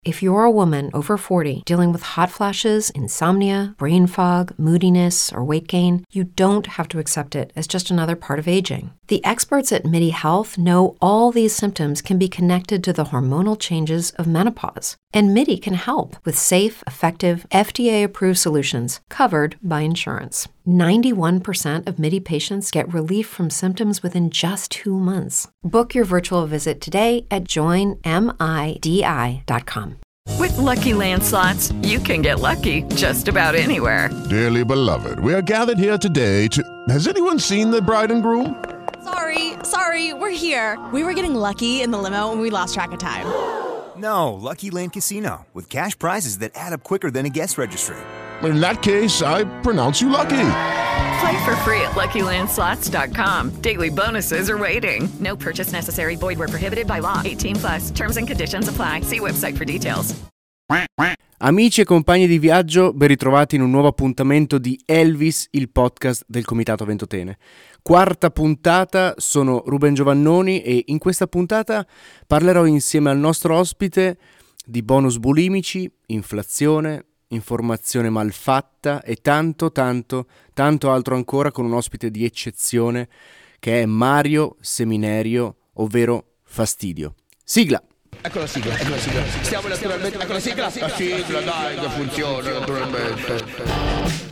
If you're a woman over 40 dealing with hot flashes, insomnia, brain fog, moodiness, or weight gain, you don't have to accept it as just another part of aging. The experts at MIDI Health know all these symptoms can be connected to the hormonal changes of menopause. And MIDI can help with safe, effective, FDA-approved solutions covered by insurance. 91% of MIDI patients get relief from symptoms within just 2 months. Book your virtual visit today at joinmidi.com. With Lucky Land Slots, you can get lucky just about anywhere. Dearly beloved, we are gathered here today to... Has anyone seen the bride and groom? Sorry, we're here. We were getting lucky in the limo and we lost track of time. No, Lucky Land Casino, with cash prizes that add up quicker than a guest registry. In that case, I pronounce you lucky. Play for free at LuckyLandSlots.com. Daily bonuses are waiting. No purchase necessary. Void where prohibited by law. 18+. Terms and conditions apply. See website for details. Amici e compagni di viaggio, ben ritrovati in un nuovo appuntamento di Elvis, il podcast del Comitato Ventotene. Quarta puntata, sono Ruben Giovannoni e in questa puntata parlerò insieme al nostro ospite di bonus bulimici, inflazione, informazione malfatta e tanto altro ancora, con un ospite di eccezione che è Mario Seminerio, ovvero Fastidio. Sigla! Ecco la sigla. Stiamo naturalmente... Ecco la sigla, dai, che funziona naturalmente.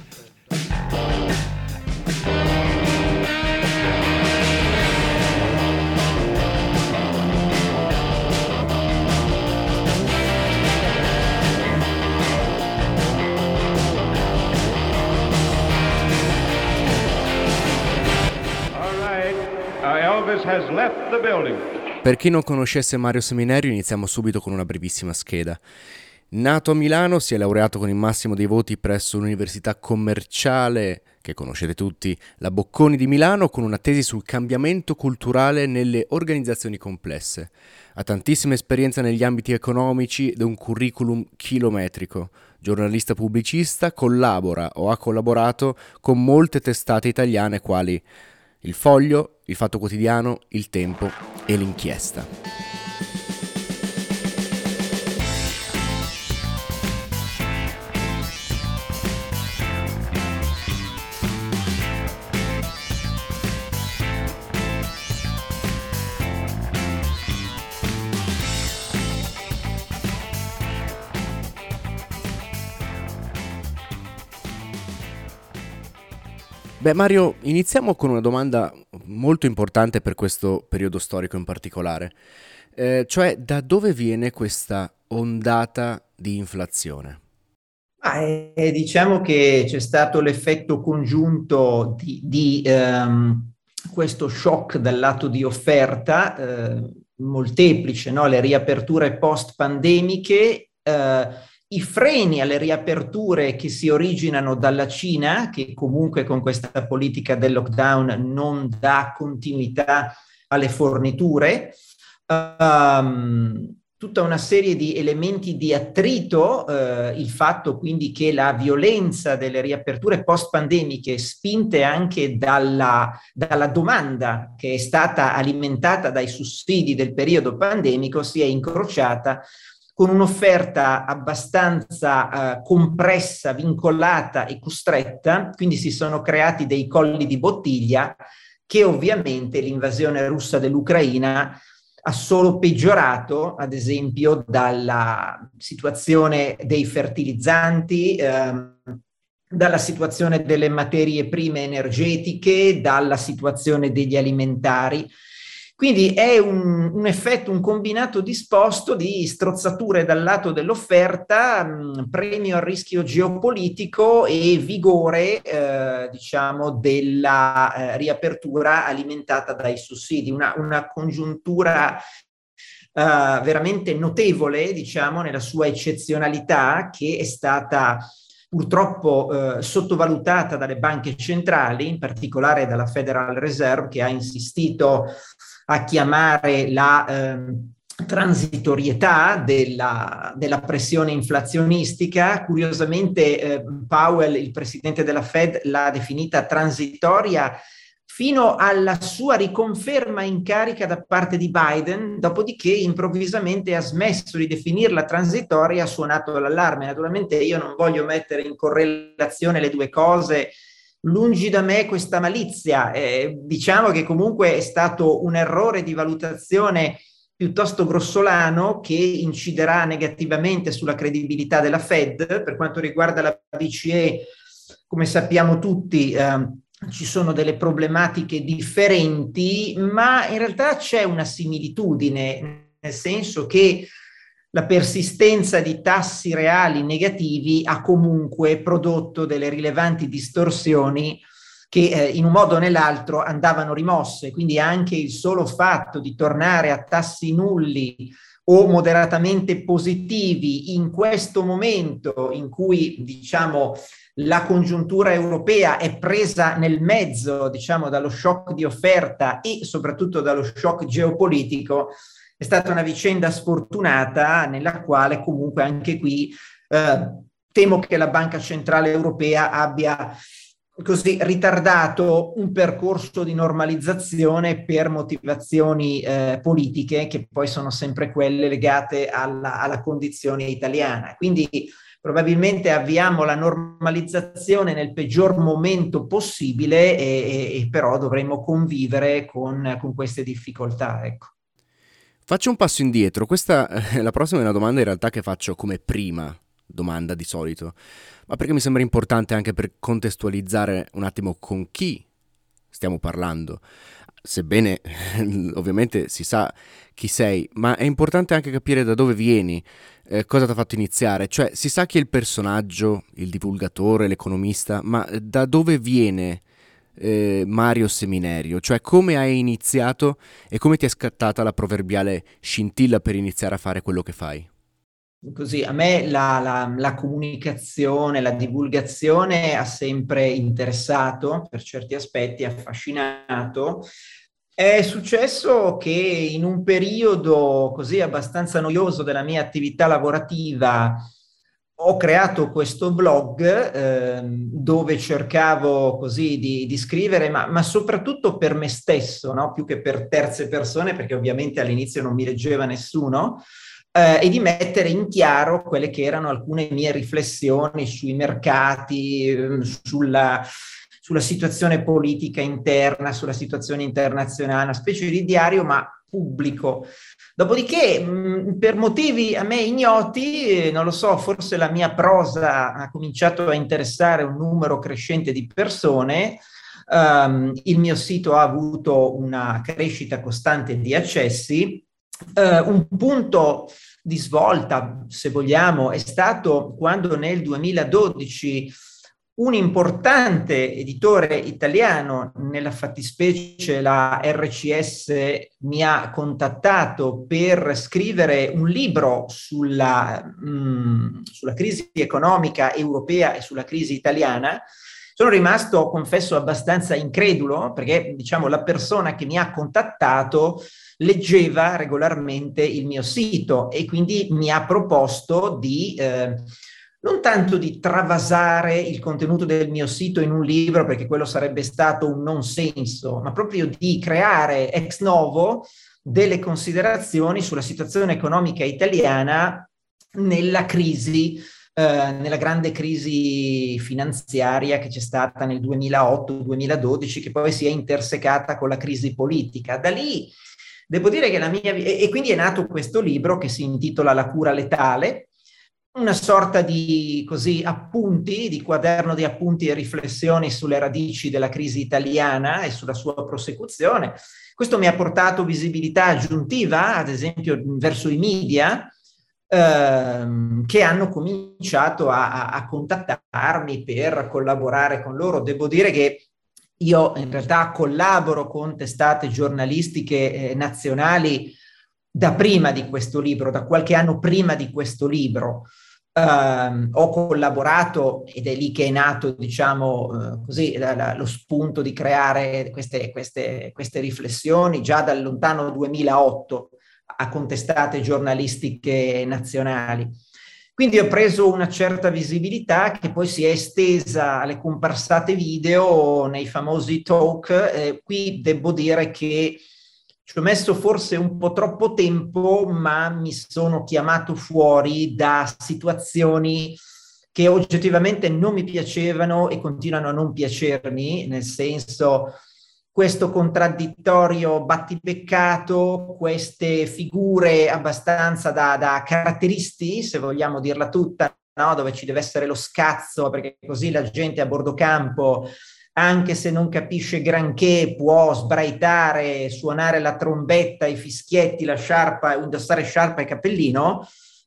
Elvis has left the building. Per chi non conoscesse Mario Seminerio, iniziamo subito con una brevissima scheda. Nato a Milano, si è laureato con il massimo dei voti presso l'Università Commerciale, che conoscete tutti, la Bocconi di Milano, con una tesi sul cambiamento culturale nelle organizzazioni complesse. Ha tantissima esperienza negli ambiti economici ed un curriculum chilometrico. Giornalista pubblicista, collabora o ha collaborato con molte testate italiane quali Il Foglio, Il Fatto Quotidiano, Il Tempo e L'Inchiesta. Beh Mario, iniziamo con una domanda molto importante per questo periodo storico in particolare, cioè da dove viene questa ondata di inflazione? Diciamo che c'è stato l'effetto congiunto di questo shock dal lato di offerta, molteplice, no? Le riaperture post-pandemiche, i freni alle riaperture che si originano dalla Cina, che comunque con questa politica del lockdown non dà continuità alle forniture, tutta una serie di elementi di attrito, il fatto quindi che la violenza delle riaperture post-pandemiche, spinte anche dalla domanda che è stata alimentata dai sussidi del periodo pandemico, si è incrociata con un'offerta abbastanza compressa, vincolata e costretta, quindi si sono creati dei colli di bottiglia che ovviamente l'invasione russa dell'Ucraina ha solo peggiorato, ad esempio dalla situazione dei fertilizzanti, dalla situazione delle materie prime energetiche, dalla situazione degli alimentari. Quindi è un effetto, un combinato disposto di strozzature dal lato dell'offerta, premio al rischio geopolitico e vigore, diciamo, della riapertura alimentata dai sussidi. Una congiuntura veramente notevole, diciamo, nella sua eccezionalità, che è stata purtroppo sottovalutata dalle banche centrali, in particolare dalla Federal Reserve, che ha insistito a chiamare la transitorietà della pressione inflazionistica. Curiosamente Powell, il presidente della Fed, l'ha definita transitoria fino alla sua riconferma in carica da parte di Biden, dopodiché improvvisamente ha smesso di definirla transitoria e ha suonato l'allarme. Naturalmente io non voglio mettere in correlazione le due cose, lungi da me questa malizia, diciamo che comunque è stato un errore di valutazione piuttosto grossolano che inciderà negativamente sulla credibilità della Fed. Per quanto riguarda la BCE, come sappiamo tutti, ci sono delle problematiche differenti, ma in realtà c'è una similitudine, nel senso che la persistenza di tassi reali negativi ha comunque prodotto delle rilevanti distorsioni che in un modo o nell'altro andavano rimosse. Quindi anche il solo fatto di tornare a tassi nulli o moderatamente positivi in questo momento in cui, diciamo, la congiuntura europea è presa nel mezzo, diciamo, dallo shock di offerta e soprattutto dallo shock geopolitico, è stata una vicenda sfortunata nella quale comunque anche qui temo che la Banca Centrale Europea abbia così ritardato un percorso di normalizzazione per motivazioni politiche che poi sono sempre quelle legate alla condizione italiana. Quindi probabilmente avviamo la normalizzazione nel peggior momento possibile e però dovremo convivere con queste difficoltà, ecco. Faccio un passo indietro. La prossima è una domanda in realtà che faccio come prima domanda di solito, ma perché mi sembra importante anche per contestualizzare un attimo con chi stiamo parlando. Sebbene ovviamente si sa chi sei, ma è importante anche capire da dove vieni, cosa ti ha fatto iniziare. Cioè, si sa chi è il personaggio, il divulgatore, l'economista, ma da dove viene Mario Seminerio? Cioè, come hai iniziato e come ti è scattata la proverbiale scintilla per iniziare a fare quello che fai? Così, a me la comunicazione, la divulgazione ha sempre interessato, per certi aspetti affascinato. È successo che in un periodo così abbastanza noioso della mia attività lavorativa ho creato questo blog dove cercavo così di scrivere, ma soprattutto per me stesso, no? Più che per terze persone, perché ovviamente all'inizio non mi leggeva nessuno. E di mettere in chiaro quelle che erano alcune mie riflessioni sui mercati, sulla situazione politica interna, sulla situazione internazionale, una specie di diario ma pubblico. Dopodiché, per motivi a me ignoti, non lo so, forse la mia prosa ha cominciato a interessare un numero crescente di persone. Il mio sito ha avuto una crescita costante di accessi. Un punto di svolta, se vogliamo, è stato quando nel 2012 un importante editore italiano, nella fattispecie la RCS, mi ha contattato per scrivere un libro sulla crisi economica europea e sulla crisi italiana. Sono rimasto, confesso, abbastanza incredulo, perché, diciamo, la persona che mi ha contattato leggeva regolarmente il mio sito e quindi mi ha proposto di non tanto di travasare il contenuto del mio sito in un libro, perché quello sarebbe stato un non senso, ma proprio di creare ex novo delle considerazioni sulla situazione economica italiana nella crisi, nella grande crisi finanziaria che c'è stata nel 2008-2012, che poi si è intersecata con la crisi politica. Da lì devo dire che la mia... E quindi è nato questo libro che si intitola La cura letale, una sorta di così appunti, di quaderno di appunti e riflessioni sulle radici della crisi italiana e sulla sua prosecuzione. Questo mi ha portato visibilità aggiuntiva, ad esempio verso i media, che hanno cominciato a contattarmi per collaborare con loro. Devo dire che io in realtà collaboro con testate giornalistiche nazionali da prima di questo libro, da qualche anno prima di questo libro. Ho collaborato ed è lì che è nato, diciamo, così, lo spunto di creare queste riflessioni già dal lontano 2008 a contestate giornalistiche nazionali. Quindi ho preso una certa visibilità che poi si è estesa alle comparsate video nei famosi talk. Qui devo dire che ci ho messo forse un po' troppo tempo, ma mi sono chiamato fuori da situazioni che oggettivamente non mi piacevano e continuano a non piacermi, nel senso questo contraddittorio battibeccato, queste figure abbastanza da caratteristi, se vogliamo dirla tutta, no? Dove ci deve essere lo scazzo, perché così la gente a bordo campo, anche se non capisce granché, può sbraitare, suonare la trombetta, i fischietti, la sciarpa, indossare sciarpa e cappellino.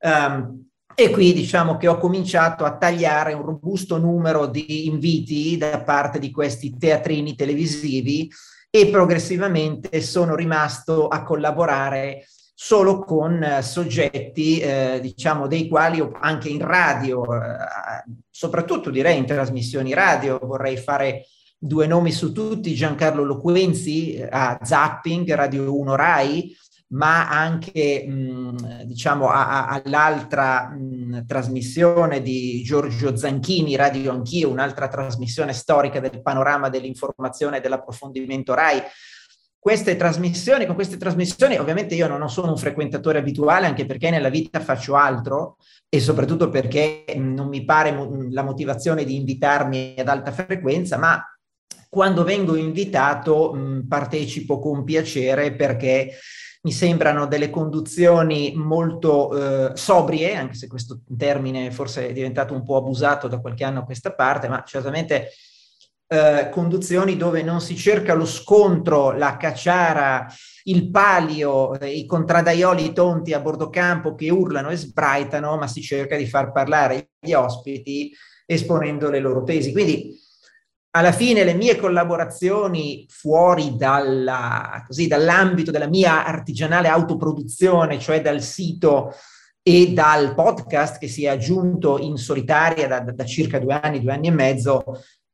E qui diciamo che ho cominciato a tagliare un robusto numero di inviti da parte di questi teatrini televisivi e progressivamente sono rimasto a collaborare solo con soggetti, diciamo, dei quali anche in radio, soprattutto direi in trasmissioni radio, vorrei fare due nomi su tutti: Giancarlo Loquenzi a Zapping, Radio 1 Rai, ma anche diciamo all'altra trasmissione di Giorgio Zanchini, Radio Anch'io, un'altra trasmissione storica del panorama dell'informazione e dell'approfondimento Rai. Con queste trasmissioni ovviamente io non sono un frequentatore abituale, anche perché nella vita faccio altro e soprattutto perché non mi pare la motivazione di invitarmi ad alta frequenza, ma quando vengo invitato partecipo con piacere, perché mi sembrano delle conduzioni molto sobrie, anche se questo termine forse è diventato un po' abusato da qualche anno a questa parte, ma certamente conduzioni dove non si cerca lo scontro, la cacciara, il palio, i contraddaioli tonti a bordo campo che urlano e sbraitano, ma si cerca di far parlare gli ospiti esponendo le loro tesi. Quindi alla fine le mie collaborazioni fuori dall'ambito della mia artigianale autoproduzione, cioè dal sito e dal podcast che si è aggiunto in solitaria da circa 2 anni e mezzo,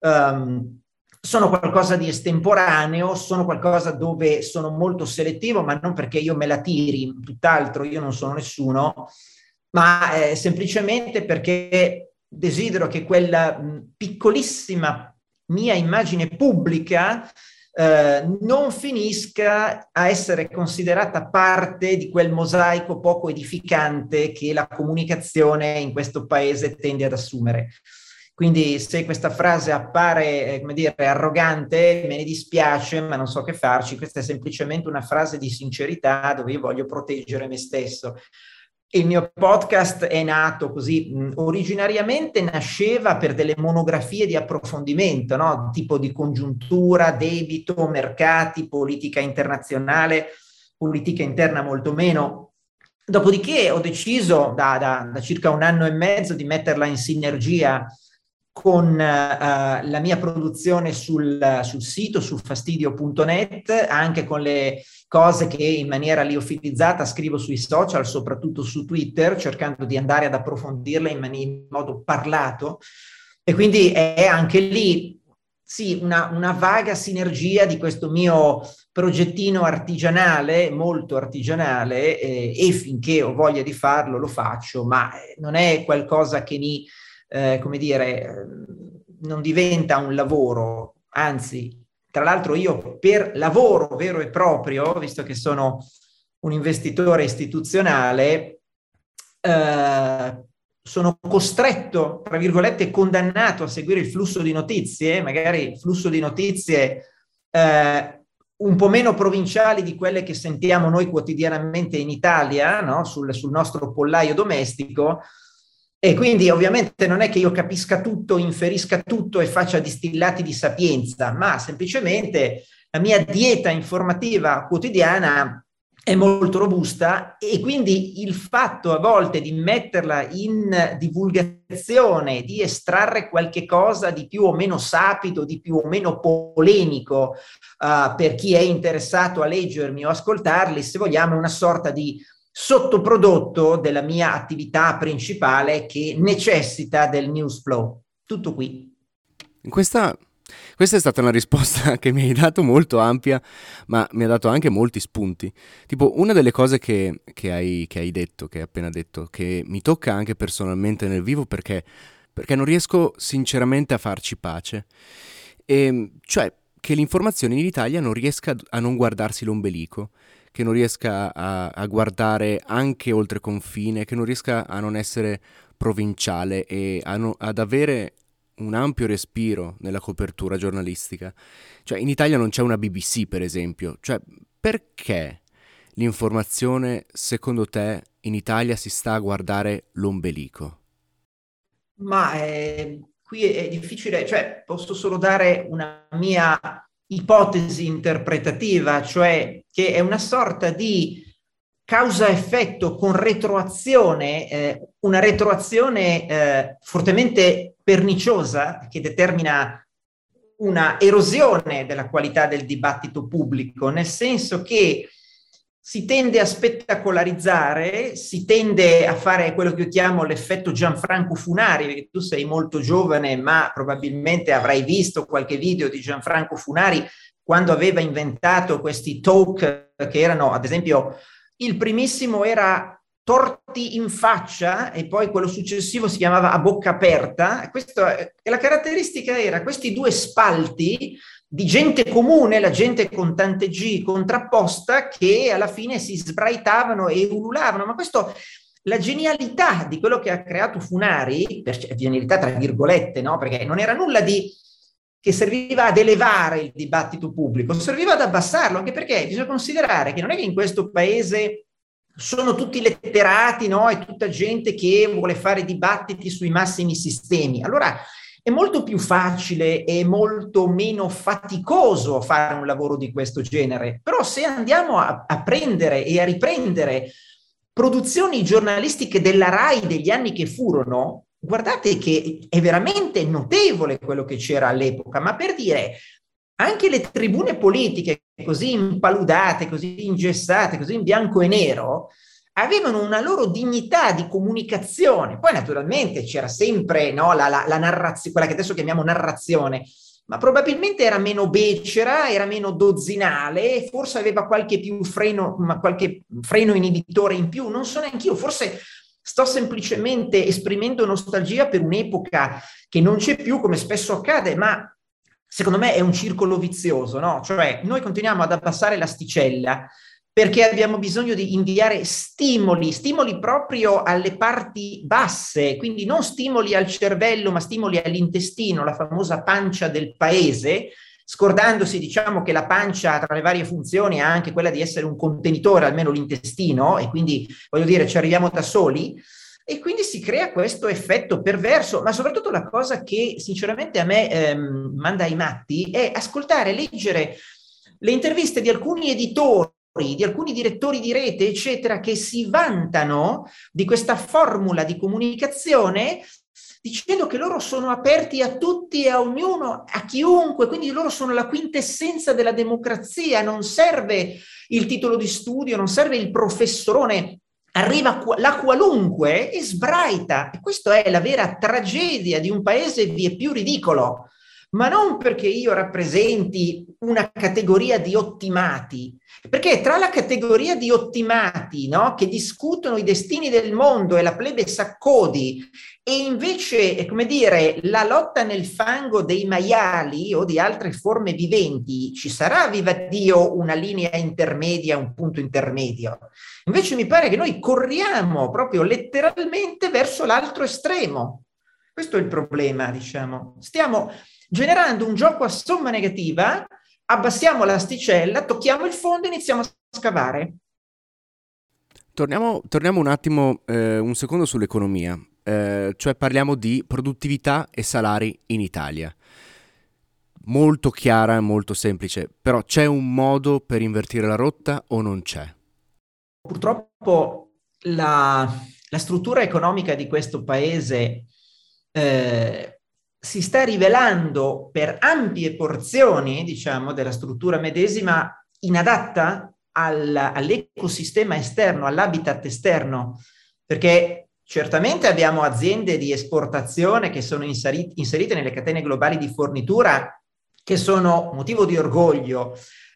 sono qualcosa di estemporaneo, sono qualcosa dove sono molto selettivo, ma non perché io me la tiri, tutt'altro, io non sono nessuno, ma semplicemente perché desidero che quella piccolissima mia immagine pubblica non finisca a essere considerata parte di quel mosaico poco edificante che la comunicazione in questo paese tende ad assumere. Quindi se questa frase appare, come dire, arrogante, me ne dispiace, ma non so che farci. Questa è semplicemente una frase di sincerità dove io voglio proteggere me stesso. Il mio podcast è nato così, originariamente nasceva per delle monografie di approfondimento, no? Tipo di congiuntura, debito, mercati, politica internazionale, politica interna molto meno. Dopodiché ho deciso da circa 1 anno e mezzo di metterla in sinergia con la mia produzione sul sito, su fastidio.net, anche con le cose che in maniera liofilizzata scrivo sui social, soprattutto su Twitter, cercando di andare ad approfondirle in modo parlato. E quindi è anche lì, sì, una vaga sinergia di questo mio progettino artigianale, molto artigianale, e finché ho voglia di farlo lo faccio, ma non è qualcosa che mi... come dire, non diventa un lavoro, anzi, tra l'altro io per lavoro vero e proprio, visto che sono un investitore istituzionale, sono costretto, tra virgolette, condannato a seguire il flusso di notizie, magari il flusso di notizie un po' meno provinciali di quelle che sentiamo noi quotidianamente in Italia, no? sul nostro pollaio domestico. E quindi ovviamente non è che io capisca tutto, inferisca tutto e faccia distillati di sapienza, ma semplicemente la mia dieta informativa quotidiana è molto robusta, e quindi il fatto a volte di metterla in divulgazione, di estrarre qualche cosa di più o meno sapido, di più o meno polemico per chi è interessato a leggermi o ascoltarli, se vogliamo, è una sorta di sottoprodotto della mia attività principale che necessita del news flow. Tutto qui. In questa Questa è stata una risposta che mi hai dato molto ampia, ma mi ha dato anche molti spunti. Tipo, una delle cose che hai detto, che hai appena detto, che mi tocca anche personalmente nel vivo perché non riesco sinceramente a farci pace. Cioè, che l'informazione in Italia non riesca a non guardarsi l'ombelico, che non riesca a guardare anche oltre confine, che non riesca a non essere provinciale e ad avere un ampio respiro nella copertura giornalistica. Cioè, in Italia non c'è una BBC, per esempio. Cioè, perché l'informazione, secondo te, in Italia si sta a guardare l'ombelico? Ma qui è difficile, cioè posso solo dare una mia ipotesi interpretativa, cioè che è una sorta di causa-effetto con retroazione, una retroazione fortemente perniciosa che determina una erosione della qualità del dibattito pubblico, nel senso che si tende a spettacolarizzare, si tende a fare quello che io chiamo l'effetto Gianfranco Funari, perché tu sei molto giovane, ma probabilmente avrai visto qualche video di Gianfranco Funari quando aveva inventato questi talk che erano, ad esempio, il primissimo era torti in faccia e poi quello successivo si chiamava a bocca aperta. E la caratteristica era questi due spalti di gente comune, la gente con tante G contrapposta, che alla fine si sbraitavano e ululavano. Ma questo, la genialità di quello che ha creato Funari, genialità tra virgolette, no? Perché non era nulla che serviva ad elevare il dibattito pubblico, serviva ad abbassarlo, anche perché bisogna considerare che non è che in questo paese sono tutti letterati, no? È tutta gente che vuole fare dibattiti sui massimi sistemi. Allora è molto più facile e molto meno faticoso fare un lavoro di questo genere. Però se andiamo a prendere e a riprendere produzioni giornalistiche della RAI degli anni che furono, guardate che è veramente notevole quello che c'era all'epoca, ma per dire, anche le tribune politiche così impaludate, così ingessate, così in bianco e nero, avevano una loro dignità di comunicazione. Poi naturalmente c'era sempre, no, la narrazione, quella che adesso chiamiamo narrazione, ma probabilmente era meno becera, era meno dozzinale, forse aveva qualche freno inibitore in più, non so neanche io, forse sto semplicemente esprimendo nostalgia per un'epoca che non c'è più, come spesso accade, ma secondo me è un circolo vizioso, no? Cioè noi continuiamo ad abbassare l'asticella perché abbiamo bisogno di inviare stimoli proprio alle parti basse, quindi non stimoli al cervello, ma stimoli all'intestino, la famosa pancia del paese, scordandosi, diciamo, che la pancia tra le varie funzioni ha anche quella di essere un contenitore, almeno l'intestino, e quindi, voglio dire, ci arriviamo da soli, e quindi si crea questo effetto perverso. Ma soprattutto la cosa che sinceramente a me manda ai matti è ascoltare, leggere le interviste di alcuni editori, di alcuni direttori di rete, eccetera, che si vantano di questa formula di comunicazione dicendo che loro sono aperti a tutti e a ognuno, a chiunque, quindi loro sono la quintessenza della democrazia, non serve il titolo di studio, non serve il professorone, arriva la qualunque e sbraita. E questa è la vera tragedia di un paese vieppiù ridicolo, ma non perché io rappresenti una categoria di ottimati, perché tra la categoria di ottimati, no, che discutono i destini del mondo e la plebe s'accodi, e invece, come dire, la lotta nel fango dei maiali o di altre forme viventi, ci sarà, viva Dio, una linea intermedia, un punto intermedio. Invece mi pare che noi corriamo proprio letteralmente verso l'altro estremo. Questo è il problema, diciamo. Stiamo generando un gioco a somma negativa, abbassiamo l'asticella, tocchiamo il fondo e iniziamo a scavare. Torniamo un attimo, un secondo sull'economia, cioè parliamo di produttività e salari in Italia. Molto chiara, molto semplice, però c'è un modo per invertire la rotta o non c'è? Purtroppo la struttura economica di questo paese si sta rivelando per ampie porzioni, diciamo, della struttura medesima inadatta all'ecosistema esterno, all'habitat esterno, perché certamente abbiamo aziende di esportazione che sono inserite nelle catene globali di fornitura che sono motivo di orgoglio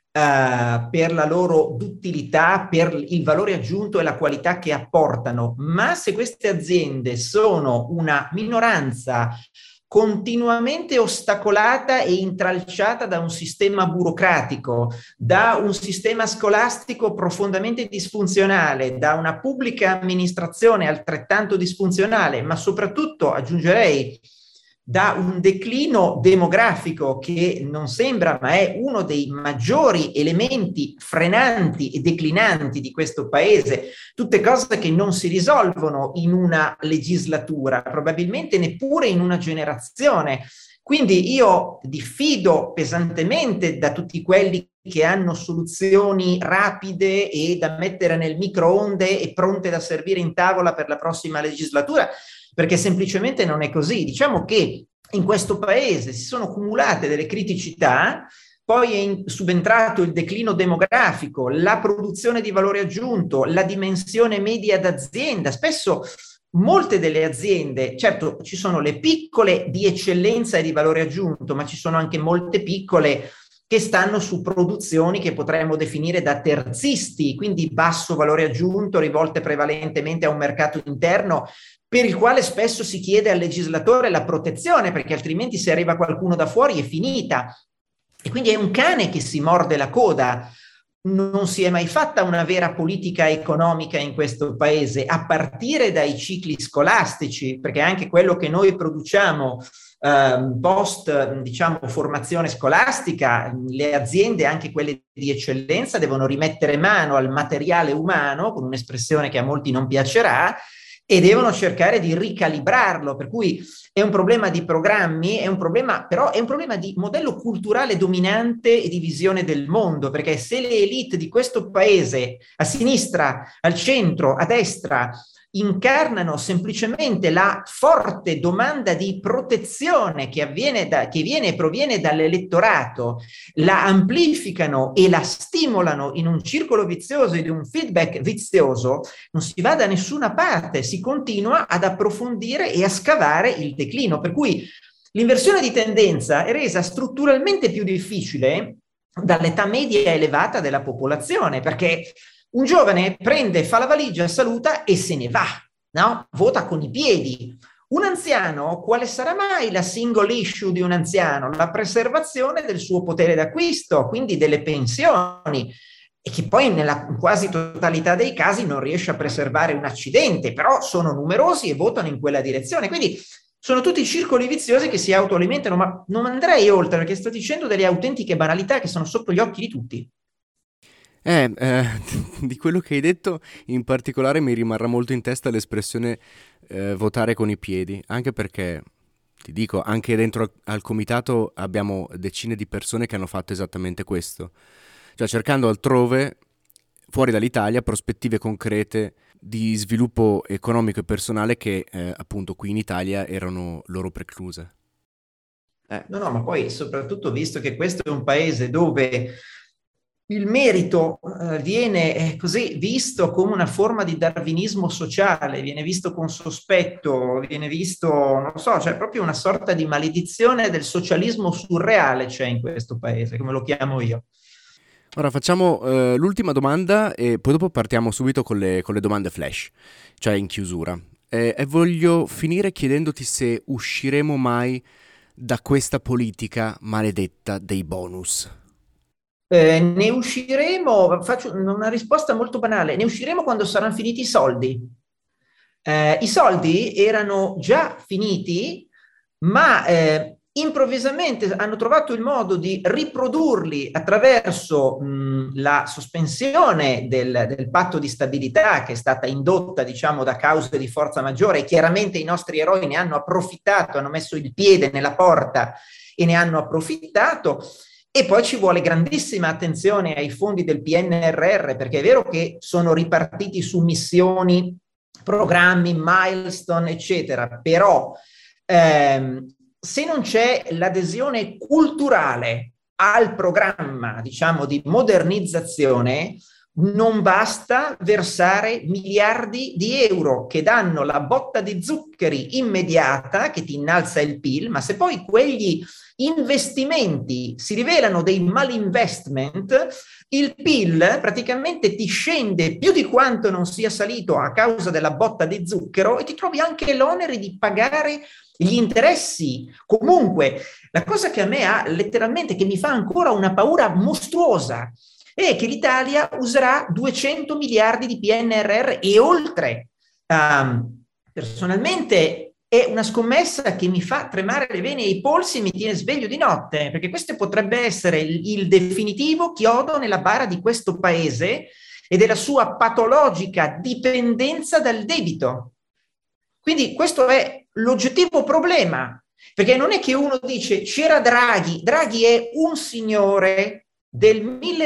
per la loro duttilità, per il valore aggiunto e la qualità che apportano, ma se queste aziende sono una minoranza continuamente ostacolata e intralciata da un sistema burocratico, da un sistema scolastico profondamente disfunzionale, da una pubblica amministrazione altrettanto disfunzionale, ma soprattutto, aggiungerei, da un declino demografico che non sembra, ma è uno dei maggiori elementi frenanti e declinanti di questo paese, tutte cose che non si risolvono in una legislatura, probabilmente neppure in una generazione. Quindi io diffido pesantemente da tutti quelli che hanno soluzioni rapide e da mettere nel microonde e pronte da servire in tavola per la prossima legislatura, perché semplicemente non è così. Diciamo che in questo paese si sono cumulate delle criticità, poi è subentrato il declino demografico, la produzione di valore aggiunto, la dimensione media d'azienda. Spesso molte delle aziende, certo ci sono le piccole di eccellenza e di valore aggiunto, ma ci sono anche molte piccole che stanno su produzioni che potremmo definire da terzisti, quindi basso valore aggiunto, rivolte prevalentemente a un mercato interno, per il quale spesso si chiede al legislatore la protezione, perché altrimenti se arriva qualcuno da fuori è finita. E quindi è un cane che si morde la coda. Non si è mai fatta una vera politica economica in questo paese, a partire dai cicli scolastici, perché anche quello che noi produciamo post, diciamo, formazione scolastica, le aziende, anche quelle di eccellenza, devono rimettere mano al materiale umano, con un'espressione che a molti non piacerà, e devono cercare di ricalibrarlo, per cui è un problema di programmi, però è un problema di modello culturale dominante e di visione del mondo, perché se le elite di questo paese, a sinistra, al centro, a destra, incarnano semplicemente la forte domanda di protezione che viene e proviene dall'elettorato, la amplificano e la stimolano in un circolo vizioso e di un feedback vizioso, non si va da nessuna parte, si continua ad approfondire e a scavare il declino, per cui l'inversione di tendenza è resa strutturalmente più difficile dall'età media elevata della popolazione, perché un giovane prende, fa la valigia, saluta e se ne va, no? Vota con i piedi. Un anziano, quale sarà mai la single issue di un anziano? La preservazione del suo potere d'acquisto, quindi delle pensioni, e che poi nella quasi totalità dei casi non riesce a preservare un accidente, però sono numerosi e votano in quella direzione. Quindi sono tutti circoli viziosi che si autoalimentano, ma non andrei oltre, perché sto dicendo delle autentiche banalità che sono sotto gli occhi di tutti. Di quello che hai detto in particolare mi rimarrà molto in testa l'espressione votare con i piedi, anche perché, ti dico, anche dentro al comitato abbiamo decine di persone che hanno fatto esattamente questo, cioè cercando altrove, fuori dall'Italia, prospettive concrete di sviluppo economico e personale che appunto qui in Italia erano loro precluse. No, ma poi soprattutto visto che questo è un paese dove il merito viene così visto come una forma di darwinismo sociale, viene visto con sospetto, viene visto, non so, c'è proprio una sorta di maledizione del socialismo surreale c'è in questo paese, come lo chiamo io. Ora facciamo l'ultima domanda e poi dopo partiamo subito con le domande flash, cioè in chiusura. E voglio finire chiedendoti se usciremo mai da questa politica maledetta dei bonus. Ne usciremo, faccio una risposta molto banale, ne usciremo quando saranno finiti i soldi. I soldi erano già finiti, ma improvvisamente hanno trovato il modo di riprodurli attraverso la sospensione del patto di stabilità che è stata indotta, diciamo, da cause di forza maggiore, e chiaramente i nostri eroi ne hanno approfittato, hanno messo il piede nella porta e ne hanno approfittato. E poi ci vuole grandissima attenzione ai fondi del PNRR, perché è vero che sono ripartiti su missioni, programmi, milestone, eccetera, però se non c'è l'adesione culturale al programma, diciamo, di modernizzazione, non basta versare miliardi di euro che danno la botta di zuccheri immediata che ti innalza il PIL, ma se poi quegli investimenti si rivelano dei malinvestment, il PIL praticamente ti scende più di quanto non sia salito a causa della botta di zucchero e ti trovi anche l'onere di pagare gli interessi. Comunque, la cosa che a me ha letteralmente, che mi fa ancora una paura mostruosa, è che l'Italia userà 200 miliardi di PNRR e oltre. Personalmente è una scommessa che mi fa tremare le vene e i polsi e mi tiene sveglio di notte, perché questo potrebbe essere il definitivo chiodo nella bara di questo paese e della sua patologica dipendenza dal debito. Quindi questo è l'oggettivo problema, perché non è che uno dice c'era Draghi è un signore del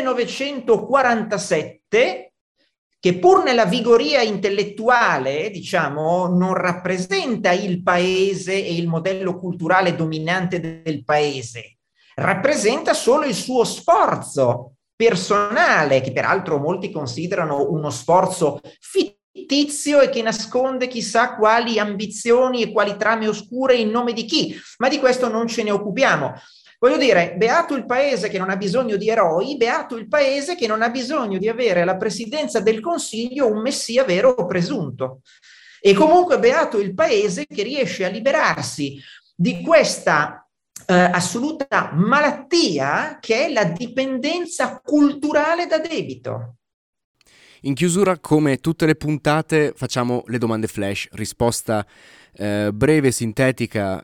1947 che pur nella vigoria intellettuale, diciamo, non rappresenta il paese e il modello culturale dominante del paese, rappresenta solo il suo sforzo personale, che peraltro molti considerano uno sforzo fittizio e che nasconde chissà quali ambizioni e quali trame oscure in nome di chi, ma di questo non ce ne occupiamo. Voglio dire, beato il paese che non ha bisogno di eroi, beato il paese che non ha bisogno di avere alla presidenza del Consiglio un messia vero o presunto. E comunque beato il paese che riesce a liberarsi di questa assoluta malattia che è la dipendenza culturale da debito. In chiusura, come tutte le puntate, facciamo le domande flash, risposta breve, sintetica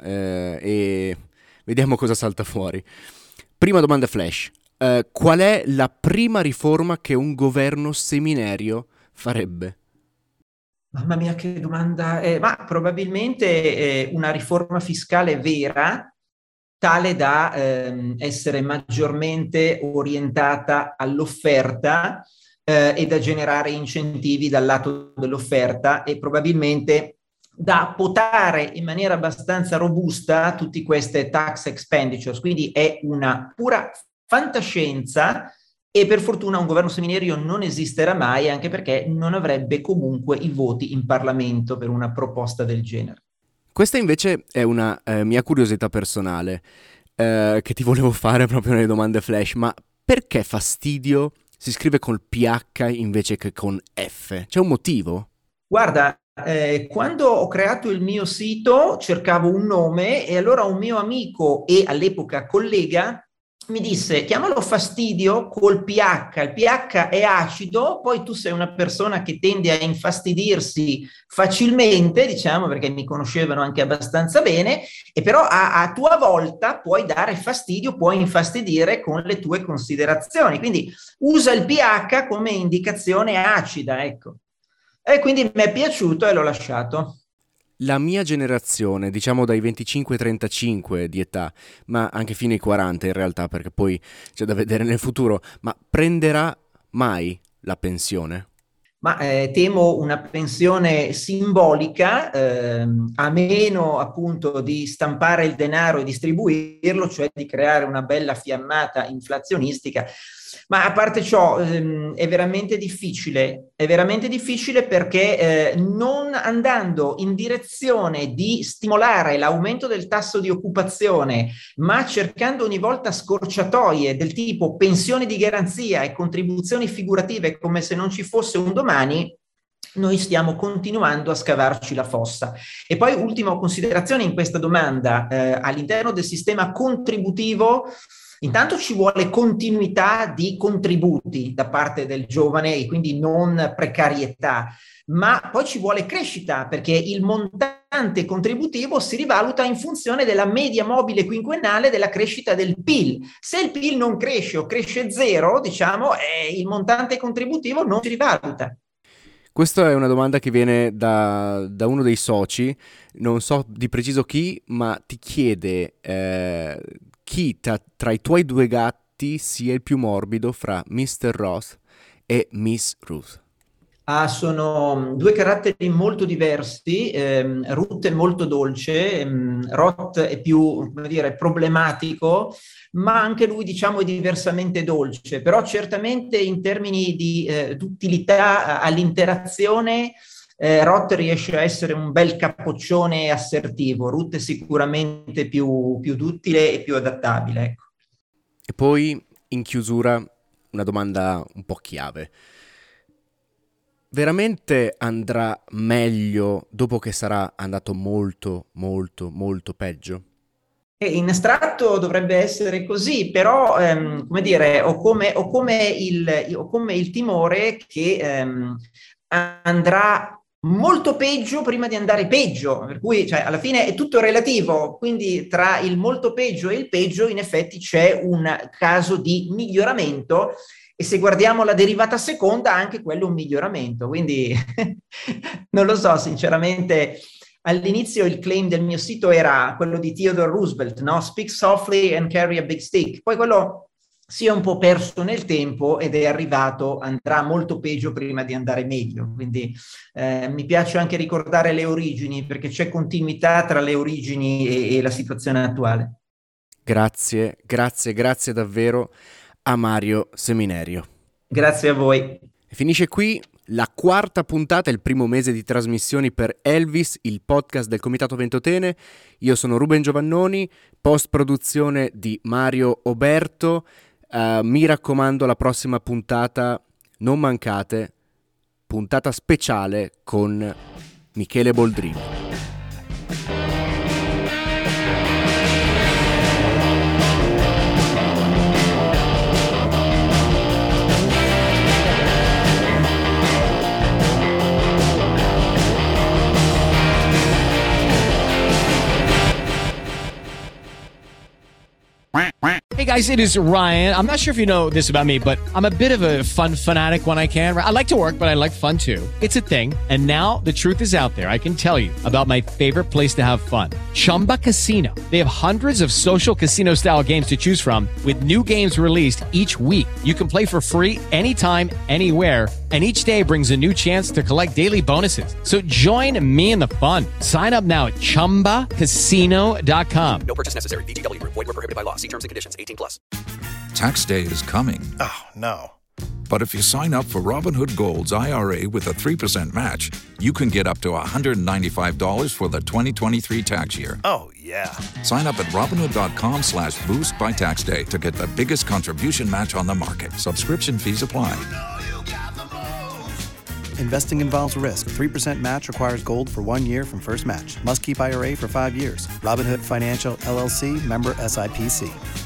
e vediamo cosa salta fuori. Prima domanda flash. Qual è la prima riforma che un governo Seminerio farebbe? Mamma mia, che domanda. Ma probabilmente una riforma fiscale vera, tale da essere maggiormente orientata all'offerta e da generare incentivi dal lato dell'offerta e probabilmente da potare in maniera abbastanza robusta tutte queste tax expenditures, quindi è una pura fantascienza e per fortuna un governo Seminerio non esisterà mai, anche perché non avrebbe comunque i voti in Parlamento per una proposta del genere. Questa invece è una mia curiosità personale che ti volevo fare proprio nelle domande flash, ma perché fastidio si scrive col PH invece che con F? C'è un motivo? Guarda, quando ho creato il mio sito cercavo un nome e allora un mio amico e all'epoca collega mi disse chiamalo fastidio col PH, il PH è acido, poi tu sei una persona che tende a infastidirsi facilmente, diciamo, perché mi conoscevano anche abbastanza bene, e però a tua volta puoi dare fastidio, puoi infastidire con le tue considerazioni, quindi usa il PH come indicazione acida, ecco. E quindi mi è piaciuto e l'ho lasciato. La mia generazione, diciamo dai 25-35 di età, ma anche fino ai 40 in realtà, perché poi c'è da vedere nel futuro, ma prenderà mai la pensione? Ma temo una pensione simbolica, a meno appunto di stampare il denaro e distribuirlo, cioè di creare una bella fiammata inflazionistica. Ma a parte ciò, è veramente difficile perché non andando in direzione di stimolare l'aumento del tasso di occupazione, ma cercando ogni volta scorciatoie del tipo pensioni di garanzia e contribuzioni figurative come se non ci fosse un domani, noi stiamo continuando a scavarci la fossa. E poi ultima considerazione in questa domanda, all'interno del sistema contributivo intanto ci vuole continuità di contributi da parte del giovane e quindi non precarietà, ma poi ci vuole crescita perché il montante contributivo si rivaluta in funzione della media mobile quinquennale della crescita del PIL. Se il PIL non cresce o cresce zero, diciamo, il montante contributivo non si rivaluta. Questa è una domanda che viene da uno dei soci, non so di preciso chi, ma ti chiede chi tra i tuoi due gatti sia il più morbido fra Mr. Ross e Miss Ruth. Sono due caratteri molto diversi. Ruth è molto dolce, Roth è più, come dire, problematico, ma anche lui, diciamo, è diversamente dolce. Però certamente in termini di utilità all'interazione, Roth riesce a essere un bel capoccione assertivo. Ruth è sicuramente più duttile e più adattabile, ecco. E poi, in chiusura, una domanda un po' chiave. Veramente andrà meglio dopo che sarà andato molto, molto, molto peggio? In astratto dovrebbe essere così, però, come dire, ho come il timore che andrà molto peggio prima di andare peggio, per cui, cioè, alla fine è tutto relativo, quindi tra il molto peggio e il peggio in effetti c'è un caso di miglioramento, e se guardiamo la derivata seconda anche quello è un miglioramento, quindi non lo so, sinceramente. All'inizio il claim del mio sito era quello di Theodore Roosevelt, no? Speak softly and carry a big stick. Poi quello si è un po' perso nel tempo ed è arrivato, andrà molto peggio prima di andare meglio. Quindi mi piace anche ricordare le origini, perché c'è continuità tra le origini e la situazione attuale. Grazie davvero a Mario Seminerio. Grazie a voi. E finisce qui la quarta puntata, il primo mese di trasmissioni per Elvis, il podcast del Comitato Ventotene. Io sono Ruben Giovannoni, post-produzione di Mario Oberto. Mi raccomando, la prossima puntata, non mancate, puntata speciale con Michele Boldrini. Hey guys, it is Ryan. I'm not sure if you know this about me, but I'm a bit of a fun fanatic when I can. I like to work, but I like fun too. It's a thing. And now the truth is out there. I can tell you about my favorite place to have fun. Chumba Casino. They have hundreds of social casino style games to choose from with new games released each week. You can play for free anytime, anywhere. And each day brings a new chance to collect daily bonuses. So join me in the fun. Sign up now at ChumbaCasino.com. No purchase necessary. VGW Group. Void where prohibited by law. See terms and conditions. 18+. Tax day is coming. Oh, no. But if you sign up for Robinhood Gold's IRA with a 3% match, you can get up to $195 for the 2023 tax year. Oh, yeah. Sign up at Robinhood.com/boost by tax day to get the biggest contribution match on the market. Subscription fees apply. Investing involves risk. 3% match requires gold for 1 year from first match. Must keep IRA for 5 years. Robinhood Financial, LLC, member SIPC.